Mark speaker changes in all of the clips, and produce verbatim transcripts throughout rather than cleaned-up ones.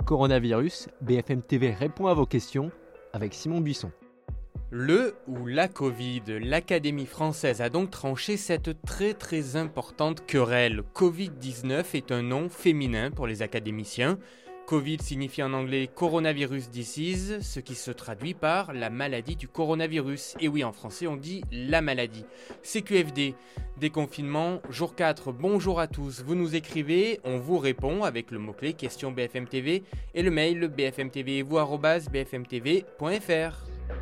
Speaker 1: Coronavirus, B F M T V répond à vos questions avec Simon Buisson.
Speaker 2: Le ou la Covid, l'Académie française a donc tranché cette très très importante querelle. covid dix-neuf est un nom féminin pour les académiciens. Covid signifie en anglais Coronavirus Disease, ce qui se traduit par la maladie du coronavirus. Et oui, en français on dit la maladie. C Q F D, déconfinement, jour quatre, bonjour à tous. Vous nous écrivez, on vous répond avec le mot-clé question B F M T V et le mail b f m t v et vous arobase b f m t v point f r.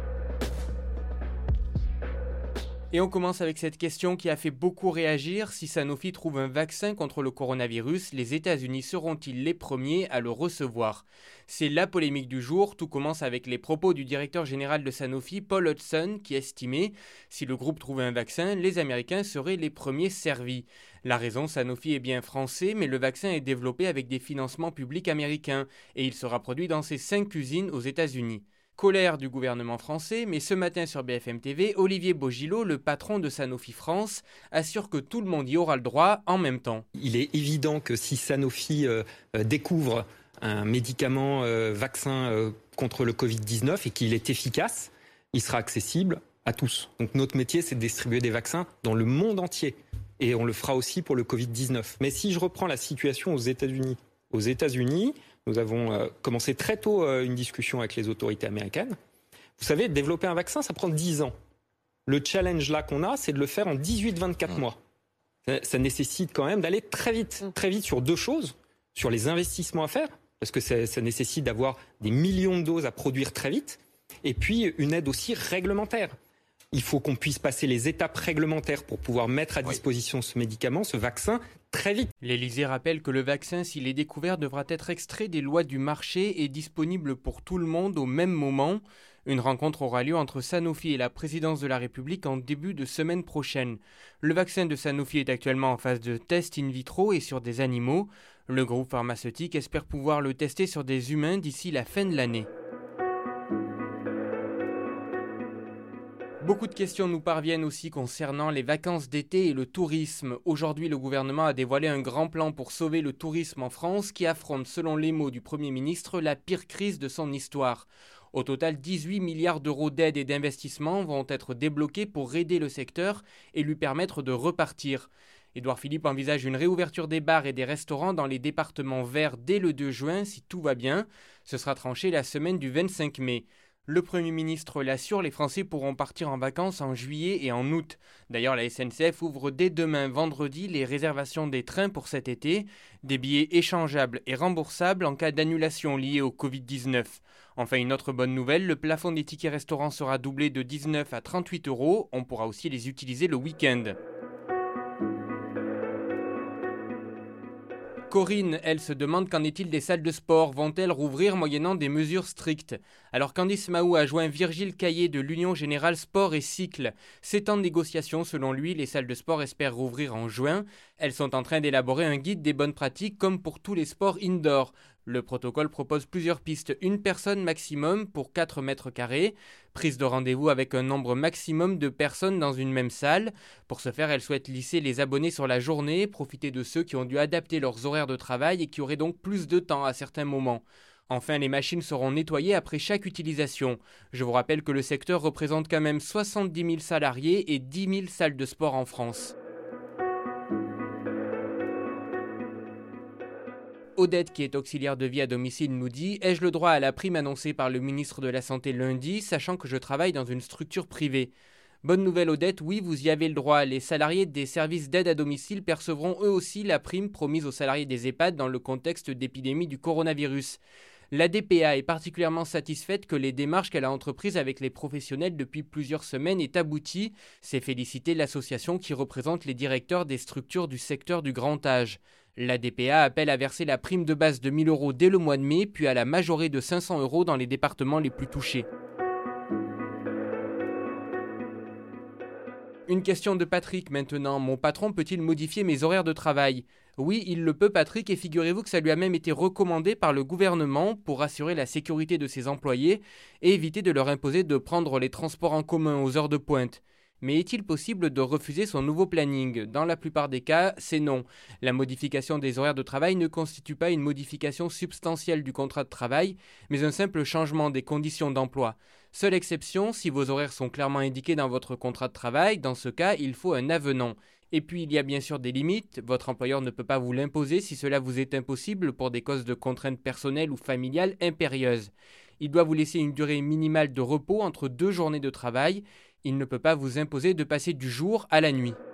Speaker 2: Et on commence avec cette question qui a fait beaucoup réagir. Si Sanofi trouve un vaccin contre le coronavirus, les États-Unis seront-ils les premiers à le recevoir ? C'est la polémique du jour. Tout commence avec les propos du directeur général de Sanofi, Paul Hudson, qui estimait « Si le groupe trouvait un vaccin, les Américains seraient les premiers servis ». La raison, Sanofi est bien français, mais le vaccin est développé avec des financements publics américains et il sera produit dans ses cinq usines aux États-Unis. Colère du gouvernement français, mais ce matin sur B F M T V, Olivier Bogillot, le patron de Sanofi France, assure que tout le monde y aura le droit en même temps.
Speaker 3: Il est évident que si Sanofi euh, découvre un médicament euh, vaccin euh, contre le covid dix-neuf et qu'il est efficace, il sera accessible à tous. Donc notre métier, c'est de distribuer des vaccins dans le monde entier. Et on le fera aussi pour le covid dix-neuf. Mais si je reprends la situation aux États-Unis, aux États-Unis, nous avons euh, commencé très tôt euh, une discussion avec les autorités américaines. Vous savez, développer un vaccin, ça prend dix ans. Le challenge là qu'on a, c'est de le faire en dix-huit à vingt-quatre mmh. mois. Ça, ça nécessite quand même d'aller très vite, très vite sur deux choses. Sur les investissements à faire, parce que ça, ça nécessite d'avoir des millions de doses à produire très vite. Et puis une aide aussi réglementaire. Il faut qu'on puisse passer les étapes réglementaires pour pouvoir mettre à disposition oui. ce médicament, ce vaccin, très vite.
Speaker 2: L'Élysée rappelle que le vaccin, s'il est découvert, devra être extrait des lois du marché et disponible pour tout le monde au même moment. Une rencontre aura lieu entre Sanofi et la présidence de la République en début de semaine prochaine. Le vaccin de Sanofi est actuellement en phase de test in vitro et sur des animaux. Le groupe pharmaceutique espère pouvoir le tester sur des humains d'ici la fin de l'année. Beaucoup de questions nous parviennent aussi concernant les vacances d'été et le tourisme. Aujourd'hui, le gouvernement a dévoilé un grand plan pour sauver le tourisme en France qui affronte, selon les mots du Premier ministre, la pire crise de son histoire. Au total, dix-huit milliards d'euros d'aide et d'investissement vont être débloqués pour aider le secteur et lui permettre de repartir. Édouard Philippe envisage une réouverture des bars et des restaurants dans les départements verts dès le deux juin si tout va bien. Ce sera tranché la semaine du vingt-cinq mai. Le Premier ministre l'assure, les Français pourront partir en vacances en juillet et en août. D'ailleurs, la S N C F ouvre dès demain, vendredi, les réservations des trains pour cet été. Des billets échangeables et remboursables en cas d'annulation liée au covid dix-neuf. Enfin, une autre bonne nouvelle, le plafond des tickets restaurants sera doublé de dix-neuf à trente-huit euros. On pourra aussi les utiliser le week-end. Corinne, elle, se demande qu'en est-il des salles de sport. Vont-elles rouvrir moyennant des mesures strictes ? Alors Candice Mahou a joint Virgile Caillé de l'Union Générale Sport et Cycle. C'est en négociation, selon lui, les salles de sport espèrent rouvrir en juin. Elles sont en train d'élaborer un guide des bonnes pratiques comme pour tous les sports indoor. Le protocole propose plusieurs pistes, une personne maximum pour quatre mètres carrés, prise de rendez-vous avec un nombre maximum de personnes dans une même salle. Pour ce faire, elle souhaite lisser les abonnés sur la journée, profiter de ceux qui ont dû adapter leurs horaires de travail et qui auraient donc plus de temps à certains moments. Enfin, les machines seront nettoyées après chaque utilisation. Je vous rappelle que le secteur représente quand même soixante-dix mille salariés et dix mille salles de sport en France. Odette, qui est auxiliaire de vie à domicile, nous dit « Ai-je le droit à la prime annoncée par le ministre de la Santé lundi, sachant que je travaille dans une structure privée ?» Bonne nouvelle Odette, oui, vous y avez le droit. Les salariés des services d'aide à domicile percevront eux aussi la prime promise aux salariés des EHPAD dans le contexte d'épidémie du coronavirus. La D P A est particulièrement satisfaite que les démarches qu'elle a entreprises avec les professionnels depuis plusieurs semaines aient abouti. C'est féliciter l'association qui représente les directeurs des structures du secteur du grand âge. La D P A appelle à verser la prime de base de mille euros dès le mois de mai, puis à la majorer de cinq cents euros dans les départements les plus touchés. Une question de Patrick maintenant. Mon patron peut-il modifier mes horaires de travail ? Oui, il le peut Patrick, et figurez-vous que ça lui a même été recommandé par le gouvernement pour assurer la sécurité de ses employés et éviter de leur imposer de prendre les transports en commun aux heures de pointe. Mais est-il possible de refuser son nouveau planning ? Dans la plupart des cas, c'est non. La modification des horaires de travail ne constitue pas une modification substantielle du contrat de travail, mais un simple changement des conditions d'emploi. Seule exception, si vos horaires sont clairement indiqués dans votre contrat de travail, dans ce cas, il faut un avenant. Et puis, il y a bien sûr des limites. Votre employeur ne peut pas vous l'imposer si cela vous est impossible pour des causes de contraintes personnelles ou familiales impérieuses. Il doit vous laisser une durée minimale de repos entre deux journées de travail. Il ne peut pas vous imposer de passer du jour à la nuit.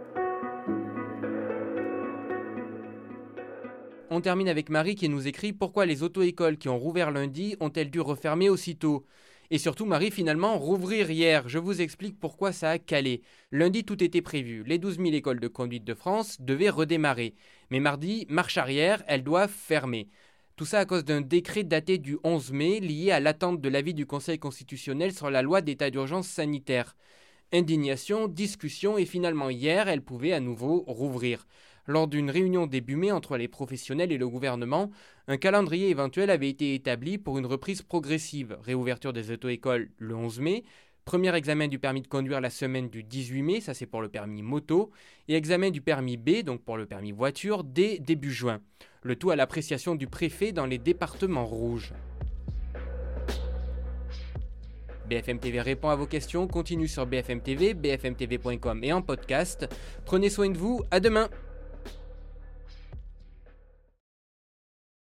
Speaker 2: On termine avec Marie qui nous écrit « Pourquoi les auto-écoles qui ont rouvert lundi ont-elles dû refermer aussitôt ?» Et surtout, Marie, finalement, rouvrir hier. Je vous explique pourquoi ça a calé. Lundi, tout était prévu. Les douze mille écoles de conduite de France devaient redémarrer. Mais mardi, marche arrière, elles doivent fermer. Tout ça à cause d'un décret daté du onze mai, lié à l'attente de l'avis du Conseil constitutionnel sur la loi d'état d'urgence sanitaire. Indignation, discussion et finalement hier, elles pouvaient à nouveau rouvrir. Lors d'une réunion début mai entre les professionnels et le gouvernement, un calendrier éventuel avait été établi pour une reprise progressive. Réouverture des auto-écoles le onze mai, premier examen du permis de conduire la semaine du dix-huit mai, ça c'est pour le permis moto, et examen du permis B, donc pour le permis voiture, dès début juin. Le tout à l'appréciation du préfet dans les départements rouges. B F M T V répond à vos questions, continue sur B F M T V, b f m t v point com et en podcast. Prenez soin de vous, à demain!